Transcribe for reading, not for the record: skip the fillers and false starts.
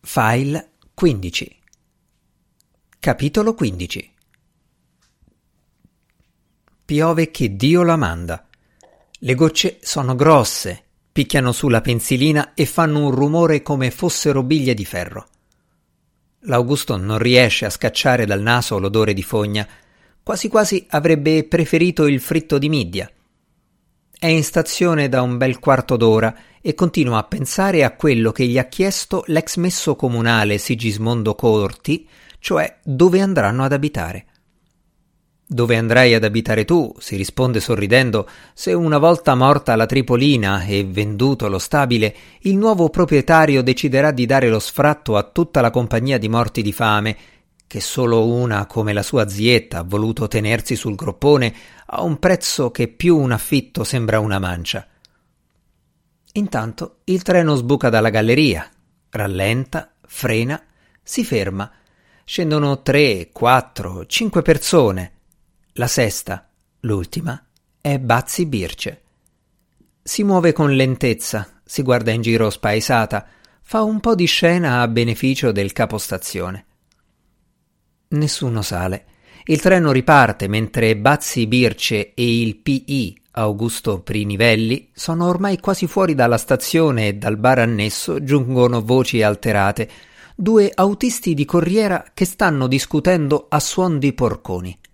File 15. Capitolo 15. Piove che Dio la manda. Le gocce sono grosse, picchiano sulla pensilina e fanno un rumore come fossero biglie di ferro. L'Augusto non riesce a scacciare dal naso l'odore di fogna, quasi quasi avrebbe preferito il fritto di middia. È in stazione da un bel quarto d'ora e continua a pensare a quello che gli ha chiesto l'ex messo comunale Sigismondo Corti, cioè dove andranno ad abitare. Dove andrai ad abitare tu, si risponde sorridendo, se una volta morta la Tripolina e venduto lo stabile, il nuovo proprietario deciderà di dare lo sfratto a tutta la compagnia di morti di fame, che solo una come la sua zietta ha voluto tenersi sul groppone a un prezzo che più un affitto sembra una mancia. Intanto il treno sbuca dalla galleria, rallenta, frena, si ferma. Scendono 3, 4, 5 persone. La sesta, l'ultima, è Bazzi Birce. Si muove con lentezza, si guarda in giro spaesata, fa un po' di scena a beneficio del capostazione. Nessuno sale. Il treno riparte mentre Bazzi Birce e il P.I. Augusto Prinivelli sono ormai quasi fuori dalla stazione e dal bar annesso giungono voci alterate, due autisti di corriera che stanno discutendo a suon di porconi.